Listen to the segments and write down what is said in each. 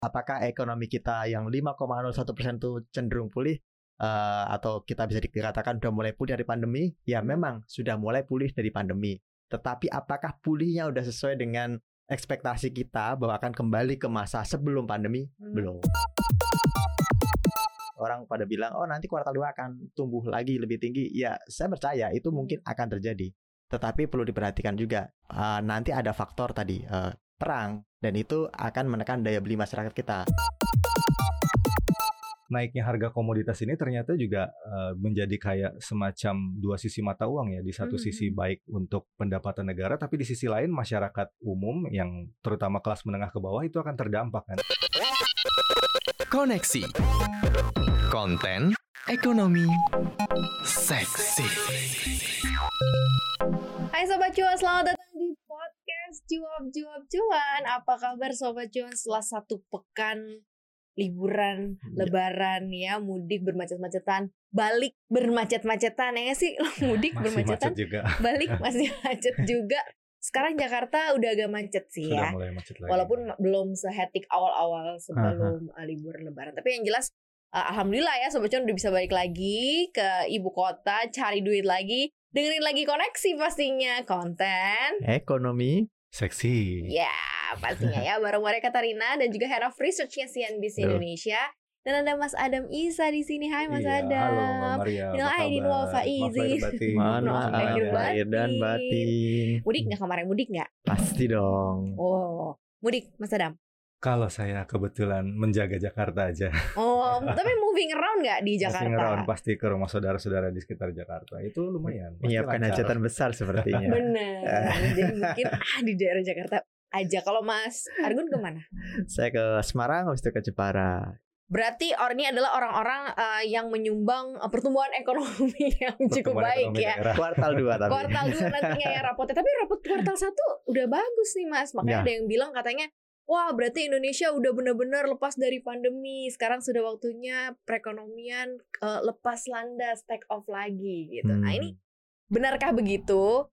apakah ekonomi kita yang 5,01% itu cenderung pulih atau kita bisa dikatakan sudah mulai pulih dari pandemi? Ya memang sudah mulai pulih dari pandemi. Tetapi apakah pulihnya sudah sesuai dengan ekspektasi kita bahwa akan kembali ke masa sebelum pandemi? Belum. Orang pada bilang, oh nanti kuartal 2 akan tumbuh lagi lebih tinggi. Ya saya percaya itu mungkin akan terjadi. Tetapi perlu diperhatikan juga, nanti ada faktor tadi, perang. Dan itu akan menekan daya beli masyarakat kita. Naiknya harga komoditas ini ternyata juga menjadi kayak semacam dua sisi mata uang ya. Di satu sisi baik untuk pendapatan negara, tapi di sisi lain masyarakat umum yang terutama kelas menengah ke bawah itu akan terdampak kan. Koneksi konten ekonomi seksi. Hai Sobat Cuan, selamat datang di podcast Cuap-Cuap-Cuan. Apa kabar Sobat Cuan setelah satu pekan liburan, lebaran ya, mudik bermacet-macetan, balik bermacet-macetan ya sih? Mudik Masih bermacetan, macet juga. balik masih macet juga. Sekarang Jakarta udah agak macet sih Sudah ya. mulai macet lagi. Walaupun belum sehetik awal-awal sebelum liburan lebaran. Tapi yang jelas alhamdulillah ya Sobat Cuan udah bisa balik lagi ke ibu kota, cari duit lagi, dengerin lagi koneksi pastinya, konten Ekonomi seksi. ya pastinya ya, bareng Maria Katarina dan juga Head of Research-nya CNBC Indonesia. Dan ada Mas Adam Isa di sini. Hai Mas Adam. Halo Mbak Maria. Minal aidin wal faizin. Mohon maaf lahir dan batin. Mudik nggak kemarin? Mudik nggak? Pasti dong. Oh, mudik Mas Adam. Kalau saya kebetulan menjaga Jakarta aja. Oh, tapi moving around nggak di Jakarta? Moving around pasti ke rumah saudara-saudara di sekitar Jakarta. Itu lumayan. pasti Menyiapkan lancar. hajatan besar sepertinya. Benar. Jadi mungkin di daerah Jakarta aja. Kalau Mas Argun kemana? Saya ke Semarang, habis itu ke Jepara. Berarti ini adalah orang-orang yang menyumbang pertumbuhan ekonomi yang cukup Pertumbuhan baik ekonomi ya. daerah. Kuartal 2 tapi. Kuartal 2 nantinya ya rapotnya. Tapi rapot kuartal 1 udah bagus nih Mas. Makanya Ya. ada yang bilang katanya, wah berarti Indonesia udah benar-benar lepas dari pandemi. Sekarang sudah waktunya perekonomian lepas landas, take off lagi gitu. Nah ini benarkah begitu?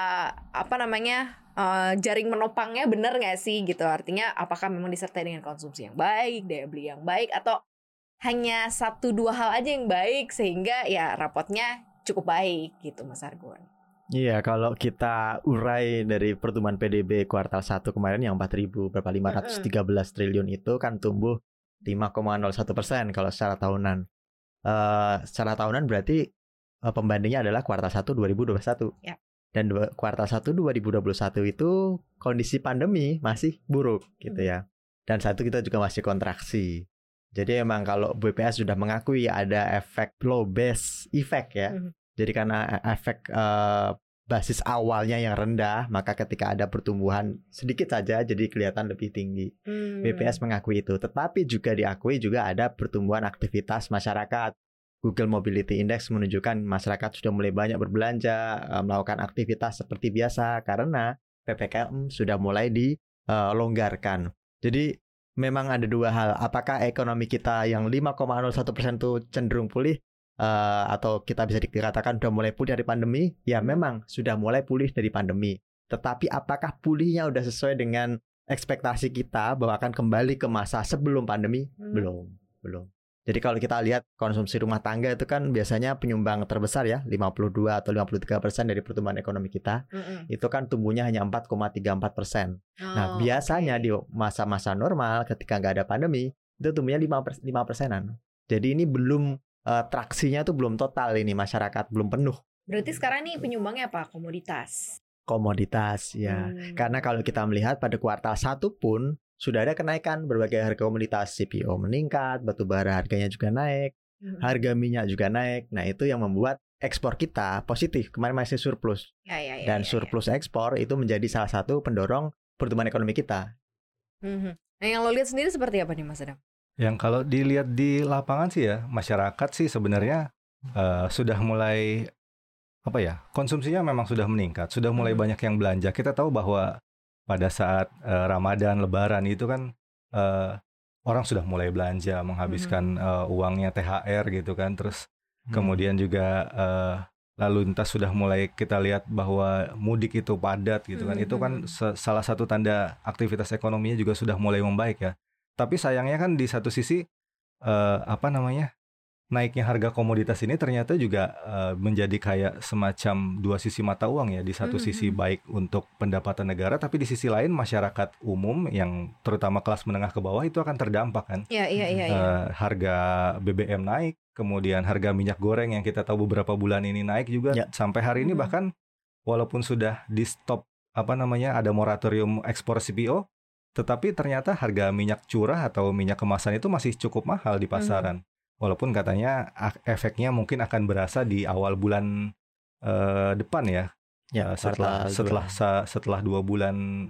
Jaring menopangnya benar nggak sih gitu? Artinya apakah memang disertai dengan konsumsi yang baik, daya beli yang baik, atau hanya 1-2 hal aja yang baik sehingga ya rapotnya cukup baik gitu Mas Argun? Iya, kalau kita urai dari pertumbuhan PDB kuartal 1 kemarin yang 513 triliun itu kan tumbuh 5,01% kalau secara tahunan. Secara tahunan berarti pembandingnya adalah kuartal 1 2021. Ya. Dan kuartal 1 2021 itu kondisi pandemi masih buruk gitu ya. Dan satu kita juga masih kontraksi. Jadi emang kalau BPS sudah mengakui ada efek low base effect ya. Jadi karena efek basis awalnya yang rendah, maka ketika ada pertumbuhan sedikit saja jadi kelihatan lebih tinggi. BPS mengakui itu. Tetapi juga diakui juga ada pertumbuhan aktivitas masyarakat. Google Mobility Index menunjukkan masyarakat sudah mulai banyak berbelanja, melakukan aktivitas seperti biasa karena PPKM sudah mulai dilonggarkan. Jadi memang ada dua hal. Apakah ekonomi kita yang 5,01% itu cenderung pulih atau kita bisa dikatakan sudah mulai pulih dari pandemi? Ya memang sudah mulai pulih dari pandemi. Tetapi apakah pulihnya sudah sesuai dengan ekspektasi kita bahwa akan kembali ke masa sebelum pandemi? Belum. Jadi kalau kita lihat konsumsi rumah tangga itu kan biasanya penyumbang terbesar ya, 52 atau 53% dari pertumbuhan ekonomi kita. Itu kan tumbuhnya hanya 4,34%. Nah biasanya di masa-masa normal ketika nggak ada pandemi itu tumbuhnya 5%-an. Jadi ini belum traksinya tuh belum total, ini masyarakat belum penuh. Berarti sekarang nih penyumbangnya apa? Komoditas Ya. Karena kalau kita melihat pada kuartal 1 pun sudah ada kenaikan berbagai harga komoditas. CPO meningkat, batu bara harganya juga naik, harga minyak juga naik. Nah itu yang membuat ekspor kita positif. Kemarin masih surplus. Dan surplus ekspor itu menjadi salah satu pendorong pertumbuhan ekonomi kita. Nah yang lo lihat sendiri seperti apa nih Mas Adam? Yang kalau dilihat di lapangan sih ya, masyarakat sih sebenarnya sudah mulai konsumsinya memang sudah meningkat, sudah mulai banyak yang belanja. Kita tahu bahwa pada saat Ramadan, Lebaran itu kan orang sudah mulai belanja, menghabiskan uangnya THR gitu kan. Terus kemudian juga lalu lintas sudah mulai kita lihat bahwa mudik itu padat gitu kan. Itu kan salah satu tanda aktivitas ekonominya juga sudah mulai membaik ya. Tapi sayangnya kan di satu sisi naiknya harga komoditas ini ternyata juga menjadi kayak semacam dua sisi mata uang ya. Di satu sisi baik untuk pendapatan negara, tapi di sisi lain masyarakat umum yang terutama kelas menengah ke bawah itu akan terdampak kan. Iya. Harga BBM naik, kemudian harga minyak goreng yang kita tahu beberapa bulan ini naik juga sampai hari ini, bahkan walaupun sudah di stop ada moratorium ekspor CPO, tetapi ternyata harga minyak curah atau minyak kemasan itu masih cukup mahal di pasaran. Walaupun katanya efeknya mungkin akan berasa di awal bulan depan ya. Setelah 2 bulan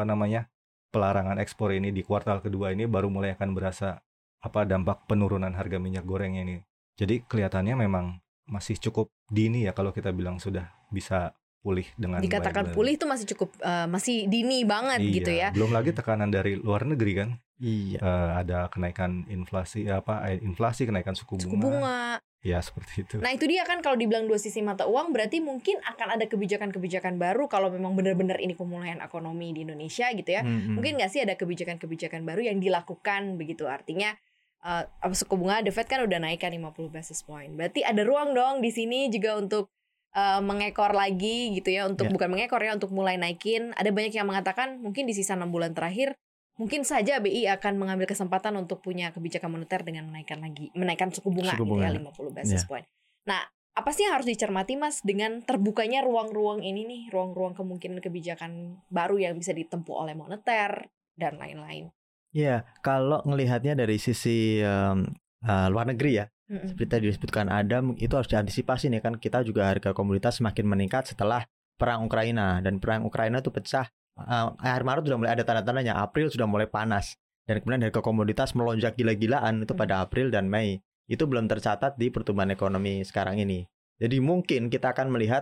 pelarangan ekspor ini, di kuartal kedua ini baru mulai akan berasa dampak penurunan harga minyak goreng ini. Jadi kelihatannya memang masih cukup dini ya kalau kita bilang sudah bisa pulih dengan dikatakan baik. Pulih itu masih cukup masih dini banget gitu ya. Belum lagi tekanan dari luar negeri kan. Iya. Ada kenaikan inflasi, kenaikan suku bunga. Ya seperti itu. Nah itu dia kan, kalau dibilang dua sisi mata uang, berarti mungkin akan ada kebijakan-kebijakan baru kalau memang benar-benar ini pemulihan ekonomi di Indonesia gitu ya. Mungkin nggak sih ada kebijakan-kebijakan baru yang dilakukan begitu? Artinya suku bunga The Fed kan udah naikkan 50 basis point. Berarti ada ruang dong di sini juga untuk mengekor lagi gitu ya, untuk bukan mengekor ya, untuk mulai naikin. Ada banyak yang mengatakan mungkin di sisa 6 bulan terakhir mungkin saja BI akan mengambil kesempatan untuk punya kebijakan moneter dengan menaikkan suku bunga gitu ya, 50 basis point. Nah, apa sih yang harus dicermati Mas dengan terbukanya ruang-ruang ini nih, ruang-ruang kemungkinan kebijakan baru yang bisa ditempuh oleh moneter dan lain-lain? Iya, kalau ngelihatnya dari sisi luar negeri ya, seperti tadi disebutkan Adam, itu harus diantisipasi nih kan. Kita juga harga komoditas semakin meningkat setelah perang Ukraina, dan perang Ukraina itu pecah akhir Maret sudah mulai ada tanda-tandanya, April sudah mulai panas, dan kemudian harga komoditas melonjak gila-gilaan itu pada April dan Mei. Itu belum tercatat di pertumbuhan ekonomi sekarang ini. Jadi mungkin kita akan melihat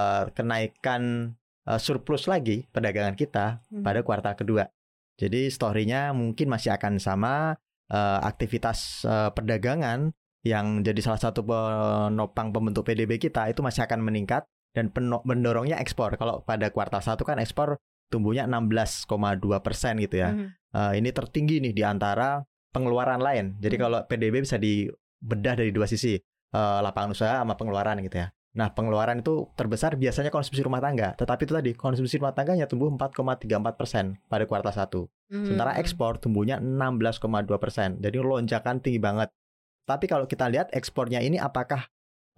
kenaikan surplus lagi perdagangan kita pada kuartal kedua. Jadi story-nya mungkin masih akan sama, aktivitas perdagangan yang jadi salah satu penopang pembentuk PDB kita itu masih akan meningkat, dan mendorongnya ekspor. Kalau pada kuartal 1 kan ekspor tumbuhnya 16,2% gitu ya. Ini tertinggi nih di antara pengeluaran lain. Jadi kalau PDB bisa dibedah dari dua sisi, lapangan usaha sama pengeluaran gitu ya. Nah, pengeluaran itu terbesar biasanya konsumsi rumah tangga. Tetapi itu tadi, konsumsi rumah tangganya tumbuh 4,34% pada kuartal 1. Sementara ekspor tumbuhnya 16,2%. Jadi lonjakan tinggi banget. Tapi kalau kita lihat ekspornya ini apakah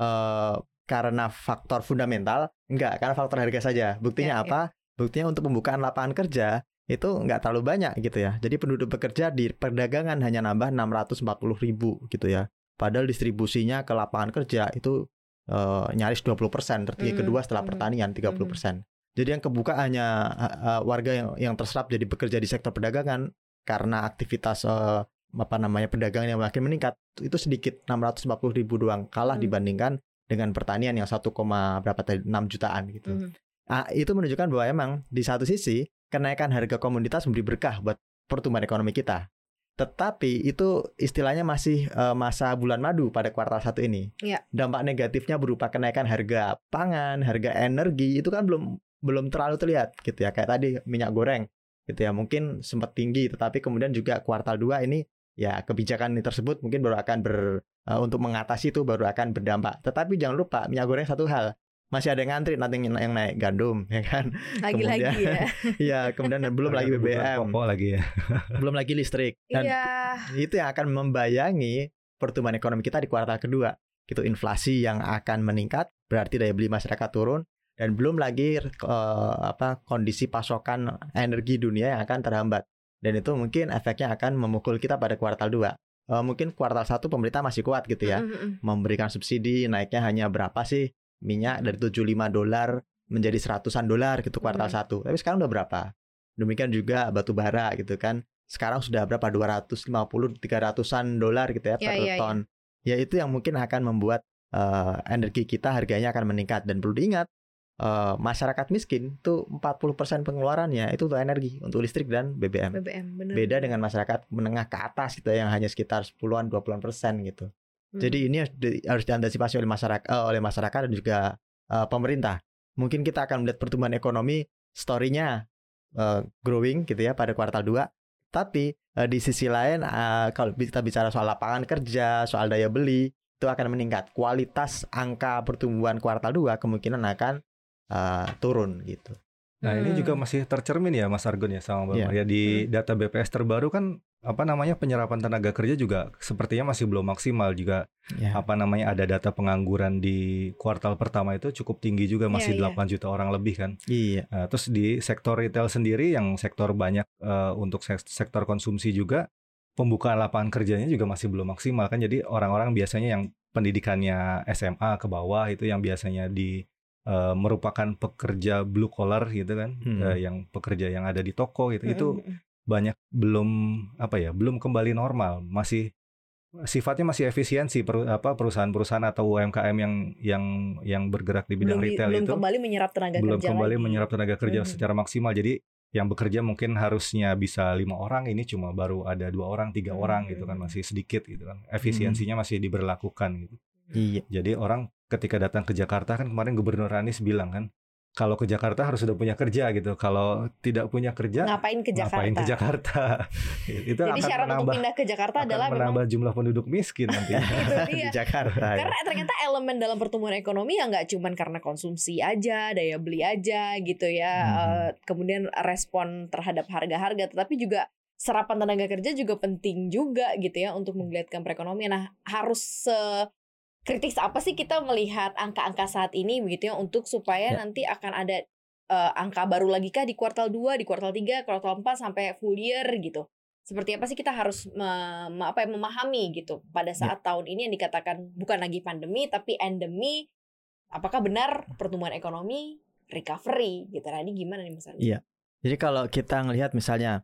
karena faktor fundamental? Enggak, karena faktor harga saja. Buktinya apa? Buktinya untuk pembukaan lapangan kerja itu nggak terlalu banyak gitu ya. Jadi penduduk bekerja di perdagangan hanya nambah 640.000 gitu ya. Padahal distribusinya ke lapangan kerja itu nyaris 20%, tertinggi kedua setelah pertanian 30%. Jadi yang kebuka hanya warga yang terserap jadi bekerja di sektor perdagangan karena aktivitas perdagangan yang makin meningkat itu sedikit, 640.000 doang, kalah dibandingkan dengan pertanian yang 6 jutaan gitu. Itu menunjukkan bahwa emang di satu sisi kenaikan harga komoditas memberi berkah buat pertumbuhan ekonomi kita. Tetapi itu istilahnya masih masa bulan madu pada kuartal 1 ini. Dampak negatifnya berupa kenaikan harga pangan, harga energi itu kan belum terlalu terlihat gitu ya. Kayak tadi minyak goreng gitu ya, mungkin sempat tinggi, tetapi kemudian juga kuartal 2 ini ya kebijakan ini tersebut mungkin baru akan untuk mengatasi itu baru akan berdampak. Tetapi jangan lupa minyak goreng satu hal, masih ada yang ngantri nanti yang naik gandum ya kan. Lagi-lagi ya. Iya, kemudian belum lagi BBM. Lagi ya. Belum lagi listrik. Dan itu yang akan membayangi pertumbuhan ekonomi kita di kuartal kedua. Gitu, inflasi yang akan meningkat, berarti daya beli masyarakat turun, dan belum lagi kondisi pasokan energi dunia yang akan terhambat. Dan itu mungkin efeknya akan memukul kita pada kuartal 2. Mungkin kuartal 1 pemerintah masih kuat gitu ya. Memberikan subsidi, naiknya hanya berapa sih? Minyak dari $75 menjadi $100 gitu kuartal 1. Tapi sekarang udah berapa? Demikian juga batu bara gitu kan. Sekarang sudah berapa? 250-300-an dolar gitu ya per ton. Ya itu yang mungkin akan membuat energi kita harganya akan meningkat. Dan perlu diingat, masyarakat miskin itu 40% pengeluarannya itu untuk energi, untuk listrik dan BBM. Beda dengan masyarakat menengah ke atas gitu yang hanya sekitar 10-an, 20% gitu. Jadi ini harus diantisipasi oleh masyarakat dan juga pemerintah. Mungkin kita akan melihat pertumbuhan ekonomi story-nya growing gitu ya pada kuartal 2. Tapi di sisi lain kalau kita bicara soal lapangan kerja, soal daya beli, itu akan meningkat. Kualitas angka pertumbuhan kuartal 2 kemungkinan akan turun gitu. Nah, ini juga masih tercermin ya Mas Argun ya sama Mbak Maria di data BPS terbaru kan penyerapan tenaga kerja juga sepertinya masih belum maksimal juga. Ada data pengangguran di kuartal pertama itu cukup tinggi juga, masih 8 juta orang lebih kan. Nah, terus di sektor retail sendiri yang sektor banyak untuk sektor konsumsi juga pembukaan lapangan kerjanya juga masih belum maksimal kan. Jadi orang-orang biasanya yang pendidikannya SMA ke bawah itu yang biasanya merupakan pekerja blue collar gitu kan, yang pekerja yang ada di toko gitu, itu banyak belum kembali normal, masih sifatnya masih efisiensi perusahaan-perusahaan atau UMKM yang bergerak di bidang retail itu belum kembali menyerap tenaga kerja secara maksimal. Jadi yang bekerja mungkin harusnya bisa 5 orang, ini cuma baru ada 2 orang, 3 orang gitu kan, masih sedikit gitu kan, efisiensinya masih diberlakukan gitu. Jadi orang ketika datang ke Jakarta kan, kemarin Gubernur Anies bilang kan, kalau ke Jakarta harus sudah punya kerja gitu. Kalau tidak punya kerja, ngapain ke Jakarta? Itu jadi akan syarat untuk pindah ke Jakarta adalah menambah jumlah penduduk miskin nanti di Jakarta. Karena ternyata elemen dalam pertumbuhan ekonomi yang nggak cuma karena konsumsi aja, daya beli aja gitu ya. Kemudian respon terhadap harga-harga, tetapi juga serapan tenaga kerja juga penting juga gitu ya untuk menggeliatkan perekonomian. Nah, harus kritis apa sih kita melihat angka-angka saat ini begitu ya, untuk supaya nanti akan ada angka baru lagi kah di kuartal 2, di kuartal 3, kuartal 4 sampai full year gitu. Seperti apa sih kita harus memahami gitu pada saat tahun ini yang dikatakan bukan lagi pandemi tapi endemi, apakah benar pertumbuhan ekonomi recovery gitu. Nah, ini gimana nih Mas Argun? Iya. Jadi kalau kita ngelihat misalnya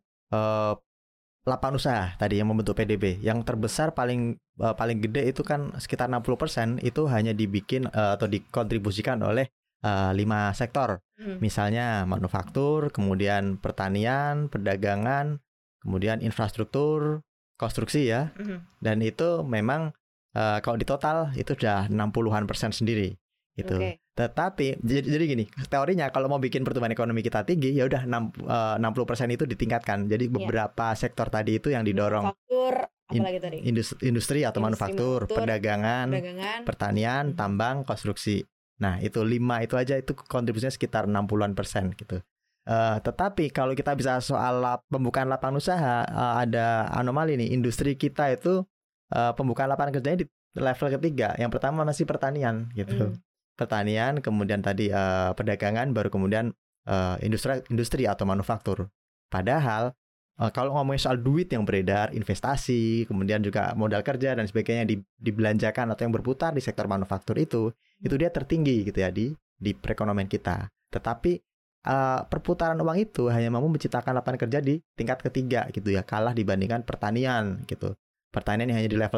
lapangan usaha tadi yang membentuk PDB, yang terbesar paling gede itu kan sekitar 60% itu hanya dibikin atau dikontribusikan oleh 5 sektor. Misalnya manufaktur, kemudian pertanian, perdagangan, kemudian infrastruktur, konstruksi ya. Dan itu memang kalau di total itu sudah 60-an% sendiri gitu. Tetapi jadi gini, teorinya kalau mau bikin pertumbuhan ekonomi kita tinggi, ya udah 60% itu ditingkatkan. Jadi beberapa sektor tadi itu yang didorong. Manufaktur, apalagi tadi? Industri atau manufaktur, perdagangan, pertanian, tambang, konstruksi. Nah, itu 5 itu aja itu kontribusinya sekitar 60-an% gitu. Tetapi kalau kita bisa soal pembukaan lapangan usaha, ada anomali nih. Industri kita itu pembukaan lapangan kerjanya di level ketiga. Yang pertama masih pertanian gitu. Pertanian, kemudian tadi perdagangan, baru kemudian industri atau manufaktur. Padahal kalau ngomongin soal duit yang beredar, investasi, kemudian juga modal kerja dan sebagainya dibelanjakan atau yang berputar di sektor manufaktur itu dia tertinggi gitu ya di perekonomian kita. Tetapi perputaran uang itu hanya mampu menciptakan lapangan kerja di tingkat ketiga gitu ya, kalah dibandingkan pertanian gitu. Pertanian yang hanya di level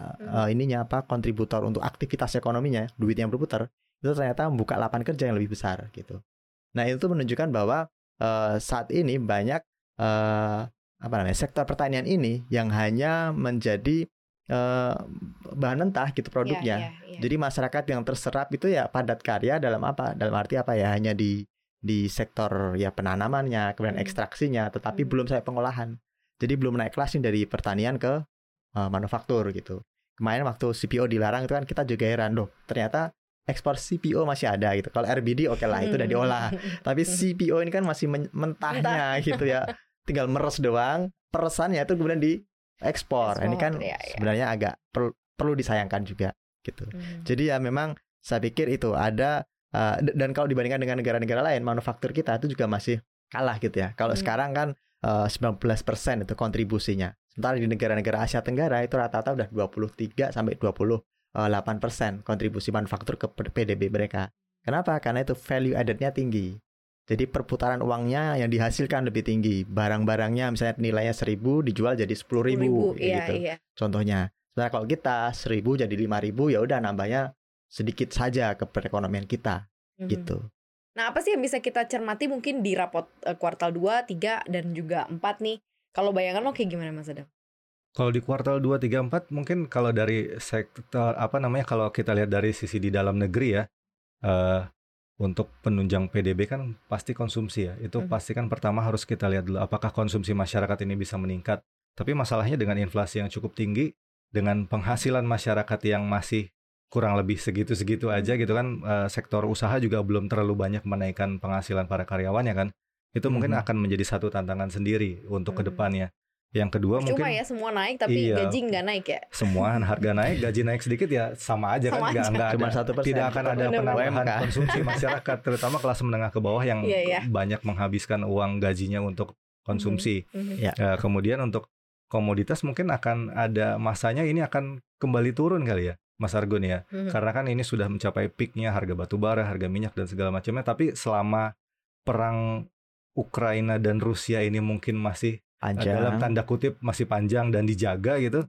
3 kontributor untuk aktivitas ekonominya, duit yang berputar, itu ternyata membuka lapangan kerja yang lebih besar gitu. Nah, itu menunjukkan bahwa saat ini banyak sektor pertanian ini yang hanya menjadi bahan mentah gitu produknya. Jadi masyarakat yang terserap itu ya padat karya dalam arti hanya di sektor ya penanamannya, kemudian ekstraksinya, tetapi belum sampai pengolahan. Jadi belum naik kelas dari pertanian ke manufaktur gitu. Kemarin waktu CPO dilarang itu kan kita juga heran, loh ternyata ekspor CPO masih ada gitu. Kalau RBD oke lah itu udah diolah. Tapi CPO ini kan masih mentahnya gitu ya. Tinggal meres doang, peresannya itu kemudian diekspor. Ini kan sebenarnya agak perlu disayangkan juga gitu. Jadi ya memang saya pikir itu ada dan kalau dibandingkan dengan negara-negara lain, manufaktur kita itu juga masih kalah gitu ya. Kalau sekarang kan 19% itu kontribusinya. Sementara di negara-negara Asia Tenggara itu rata-rata udah 23 sampai 28% kontribusi manufaktur ke PDB mereka. Kenapa? Karena itu value added-nya tinggi. Jadi perputaran uangnya yang dihasilkan lebih tinggi. Barang-barangnya misalnya nilainya 1.000 dijual jadi 10.000 gitu. Contohnya. Sementara kalau kita 1.000 jadi 5.000 ya udah nambahnya sedikit saja ke perekonomian kita gitu. Nah, apa sih yang bisa kita cermati mungkin di rapot kuartal 2, 3 dan juga 4 nih? Kalau bayangan lo kayak gimana Mas Adam? Kalau di kuartal 2, 3, 4 mungkin kalau dari sektor kalau kita lihat dari sisi di dalam negeri ya, untuk penunjang PDB kan pasti konsumsi ya. Itu pasti kan pertama harus kita lihat dulu apakah konsumsi masyarakat ini bisa meningkat. Tapi masalahnya dengan inflasi yang cukup tinggi, dengan penghasilan masyarakat yang masih kurang lebih segitu-segitu aja gitu kan, sektor usaha juga belum terlalu banyak menaikkan penghasilan para karyawannya kan. Itu mungkin akan menjadi satu tantangan sendiri untuk kedepannya. Yang kedua Cuma mungkin ya semua naik tapi gaji nggak naik ya. semua harga naik, gaji naik sedikit ya sama aja Sama kan, nggak Cuma ada, 1%. tidak akan ada penambahan UMK. konsumsi masyarakat, terutama kelas menengah ke bawah yang banyak menghabiskan uang gajinya untuk konsumsi. Kemudian untuk komoditas mungkin akan ada masanya ini akan kembali turun kali ya, Mas Argun ya, karena kan ini sudah mencapai peaknya harga batu bara, harga minyak dan segala macamnya. Tapi selama perang Ukraina dan Rusia ini mungkin masih dalam tanda kutip masih panjang dan dijaga gitu,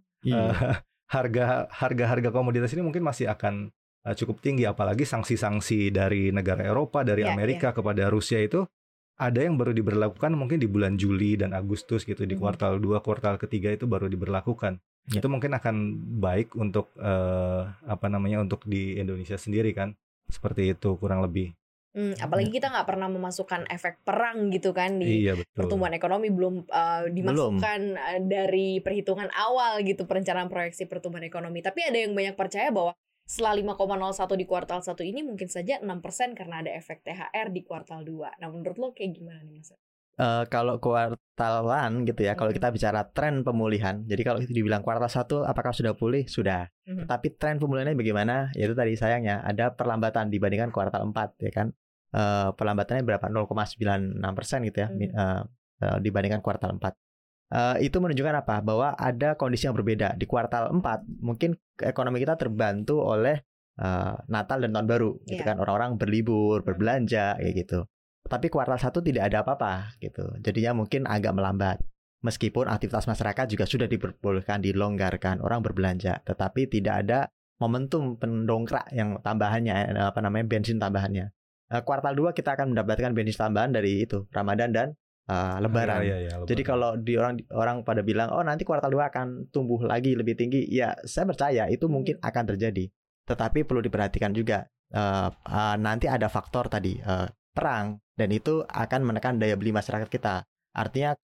harga komoditas ini mungkin masih akan cukup tinggi, apalagi sanksi-sanksi dari negara Eropa, dari Amerika kepada Rusia itu ada yang baru diberlakukan mungkin di bulan Juli dan Agustus gitu, di kuartal 2, kuartal ketiga itu baru diberlakukan. Itu mungkin akan baik untuk untuk di Indonesia sendiri kan, seperti itu kurang lebih. Apalagi kita nggak pernah memasukkan efek perang gitu kan di pertumbuhan ekonomi, belum dimasukkan dari perhitungan awal gitu, perencanaan proyeksi pertumbuhan ekonomi. Tapi ada yang banyak percaya bahwa setelah 5,01 di kuartal 1 ini mungkin saja 6% karena ada efek THR di kuartal 2. Nah menurut lo kayak gimana nih Mas? Kalau kuartalan gitu ya, kalau kita bicara tren pemulihan, jadi kalau itu dibilang kuartal 1 apakah sudah pulih? Sudah. Tapi tren pemulihannya bagaimana? Yaitu tadi sayangnya ada perlambatan dibandingkan kuartal 4 ya kan. Perlambatannya berapa? 0,96% gitu ya, dibandingkan kuartal 4. Itu menunjukkan apa? Bahwa ada kondisi yang berbeda. Di kuartal 4 mungkin ekonomi kita terbantu oleh Natal dan Tahun Baru gitu kan, orang-orang berlibur, berbelanja kayak gitu. Tapi kuartal 1 tidak ada apa-apa gitu. Jadinya mungkin agak melambat. Meskipun aktivitas masyarakat juga sudah diperbolehkan, dilonggarkan, orang berbelanja, tetapi tidak ada momentum pendongkrak yang tambahannya, bensin tambahannya. Kuartal 2 kita akan mendapatkan bensin tambahan dari itu, Ramadan dan Lebaran. Lebaran. Jadi kalau orang pada bilang, oh nanti kuartal 2 akan tumbuh lagi lebih tinggi, ya saya percaya itu mungkin akan terjadi. Tetapi perlu diperhatikan juga, nanti ada faktor tadi, perang, dan itu akan menekan daya beli masyarakat kita. Artinya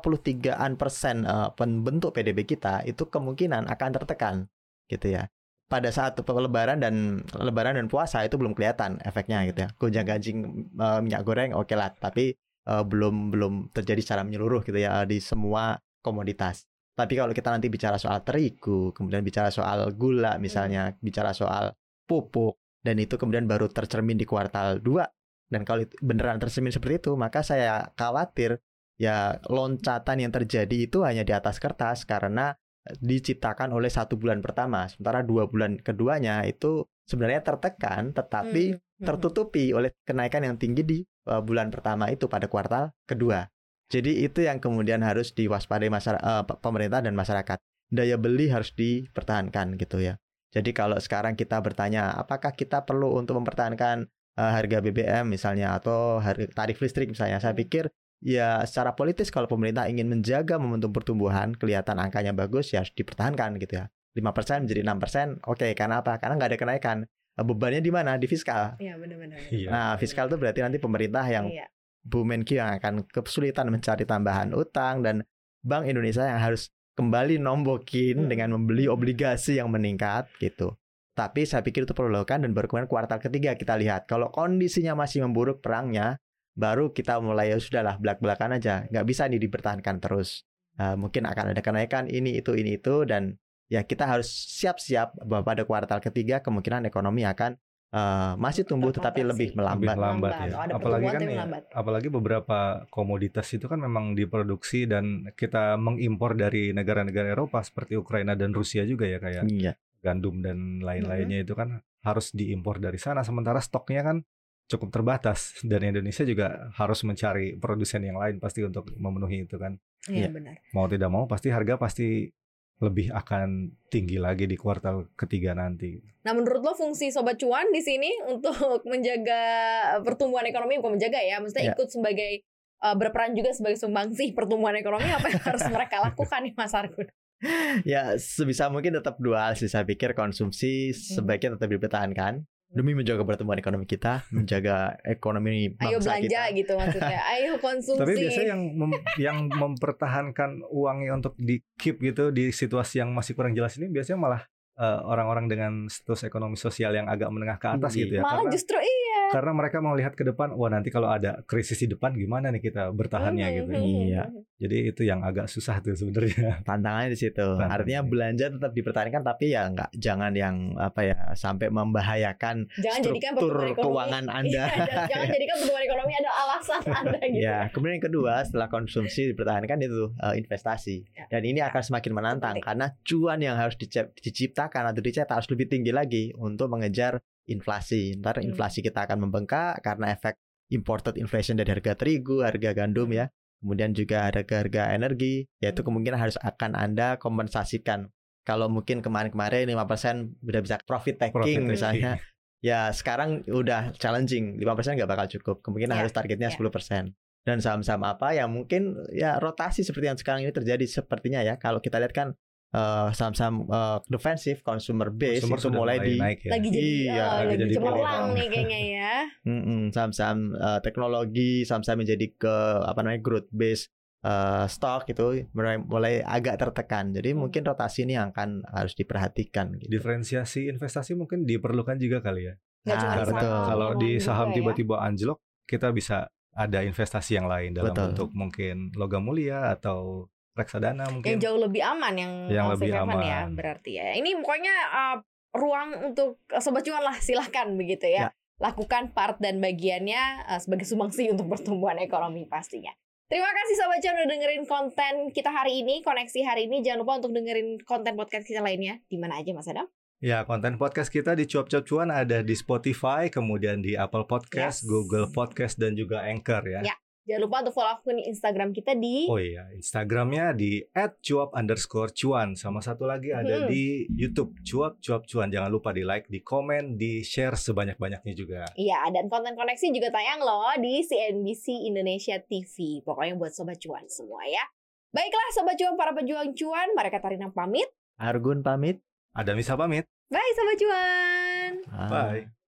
53% pembentuk PDB kita itu kemungkinan akan tertekan gitu ya. Pada saat lebaran dan puasa itu belum kelihatan efeknya gitu ya. Gonjang-ganjing minyak goreng oke lah, tapi belum terjadi secara menyeluruh gitu ya di semua komoditas. Tapi kalau kita nanti bicara soal terigu, kemudian bicara soal gula misalnya, bicara soal pupuk, dan itu kemudian baru tercermin di kuartal 2. Dan kalau beneran tercermin seperti itu, maka saya khawatir ya loncatan yang terjadi itu hanya di atas kertas karena diciptakan oleh 1 bulan pertama, sementara 2 bulan keduanya itu sebenarnya tertekan, tetapi tertutupi oleh kenaikan yang tinggi di bulan pertama itu pada kuartal kedua. Jadi itu yang kemudian harus diwaspadai pemerintah dan masyarakat. Daya beli harus dipertahankan gitu ya. Jadi kalau sekarang kita bertanya, apakah kita perlu untuk mempertahankan harga BBM misalnya atau tarif listrik misalnya, saya pikir ya secara politis kalau pemerintah ingin menjaga momentum pertumbuhan, kelihatan angkanya bagus, ya harus dipertahankan gitu ya. 5% menjadi 6%, oke. Karena apa? Karena nggak ada kenaikan. Bebannya di mana? Di fiskal. Iya, benar-benar. Nah, fiskal itu berarti nanti pemerintah yang Bu Menkyu yang akan kesulitan mencari tambahan utang, dan Bank Indonesia yang harus kembali nombokin dengan membeli obligasi yang meningkat gitu. Tapi saya pikir itu perlu dilakukan, dan baru kemudian kuartal ketiga kita lihat. Kalau kondisinya masih memburuk perangnya, baru kita mulai ya sudahlah belak-belakan aja, nggak bisa nih dipertahankan terus. Mungkin akan ada kenaikan ini itu, dan ya kita harus siap-siap bahwa pada kuartal ketiga kemungkinan ekonomi akan masih tumbuh tetapi lebih melambat ya. Apalagi beberapa komoditas itu kan memang diproduksi dan kita mengimpor dari negara-negara Eropa seperti Ukraina dan Rusia juga ya, kayak gandum dan lain-lainnya itu kan harus diimpor dari sana, sementara stoknya kan cukup terbatas, dan Indonesia juga harus mencari produsen yang lain pasti untuk memenuhi itu kan. Iya benar. Mau tidak mau pasti harga pasti lebih akan tinggi lagi di kuartal ketiga nanti. Nah, menurut lo fungsi Sobat Cuan di sini untuk menjaga pertumbuhan ekonomi, bukan menjaga ya, maksudnya ikut sebagai berperan juga sebagai sumbangsih pertumbuhan ekonomi, apa yang harus mereka lakukan nih Mas Argun? Ya sebisa mungkin tetap 2 hal sih, saya pikir konsumsi sebaiknya tetap dipertahankan. Demi menjaga pertumbuhan ekonomi kita, menjaga ekonomi bangsa Ayo belanja kita. gitu maksudnya. Ayo konsumsi. Tapi biasanya yang mempertahankan uangnya untuk di keep gitu di situasi yang masih kurang jelas ini biasanya malah orang-orang dengan status ekonomi sosial yang agak menengah ke atas Tinggi. gitu ya. Malah justru iya. Karena mereka mau lihat ke depan, wah nanti kalau ada krisis di depan gimana nih kita bertahannya gitu. Iya. Jadi itu yang agak susah tuh sebenarnya. Tantangannya di situ. Tantangannya. Artinya belanja tetap dipertahankan, tapi ya jangan yang sampai membahayakan Jangan jadikan struktur pertumbuhan ekonomi. keuangan Anda. Iya, dan jangan jadikan pertumbuhan ekonomi adalah alasan Anda gitu. Ya, kemudian yang kedua setelah konsumsi dipertahankan itu investasi. Ya. Dan ini akan semakin menantang Penting. karena cuan yang harus diciptakan atau dicetak harus lebih tinggi lagi untuk mengejar inflasi. Ntar inflasi kita akan membengkak karena efek imported inflation dari harga terigu, harga gandum ya. Kemudian juga harga energi, yaitu kemungkinan akan Anda kompensasikan. Kalau mungkin kemarin-kemarin 5% udah bisa profit taking misalnya. Ya sekarang udah challenging, 5% nggak bakal cukup. Kemungkinan harus targetnya 10%. Dan saham-saham apa yang mungkin ya rotasi seperti yang sekarang ini terjadi sepertinya ya. Kalau kita lihat kan saham-saham defensif, consumer base itu mulai naik ya. Lagi jadi Iya, lagi jadi cemerlang nih kayaknya ya. Saham-saham teknologi, saham-saham yang jadi growth based stock itu mulai agak tertekan. Jadi mungkin rotasi ini akan harus diperhatikan gitu. Diferensiasi investasi mungkin diperlukan juga kali ya. Nggak cuma Betul. saham, Kalau di juga saham ya. tiba-tiba anjlok, kita bisa ada investasi yang lain dalam Betul. bentuk mungkin logam mulia atau reksadana mungkin. Yang jauh lebih aman yang lebih safe haven ya aman. berarti ya. Ini pokoknya ruang untuk Sobat Cuan lah, silahkan begitu ya. Lakukan part dan bagiannya sebagai sumbangsi untuk pertumbuhan ekonomi pastinya. Terima kasih Sobat Cuan udah dengerin konten kita hari ini, koneksi hari ini. Jangan lupa untuk dengerin konten podcast kita lainnya. Di mana aja Mas Adam? Ya, konten podcast kita di Cuap-Cuap Cuan ada di Spotify, kemudian di Apple Podcast, Yes. Google Podcast, dan juga Anchor ya. Ya. Jangan lupa untuk follow akun Instagram kita di Oh iya, Instagramnya di @cuap_cuan. Sama satu lagi ada di YouTube, Cuap-Cuap Cuan. Jangan lupa di like, di komen, di share sebanyak-banyaknya juga. Iya, dan konten koneksi juga tayang loh di CNBC Indonesia TV. Pokoknya buat Sobat Cuan semua ya. Baiklah Sobat Cuan, para pejuang cuan, mereka Katarina pamit. Argun pamit. Ada Misa pamit. Bye Sobat Cuan. Ah. Bye.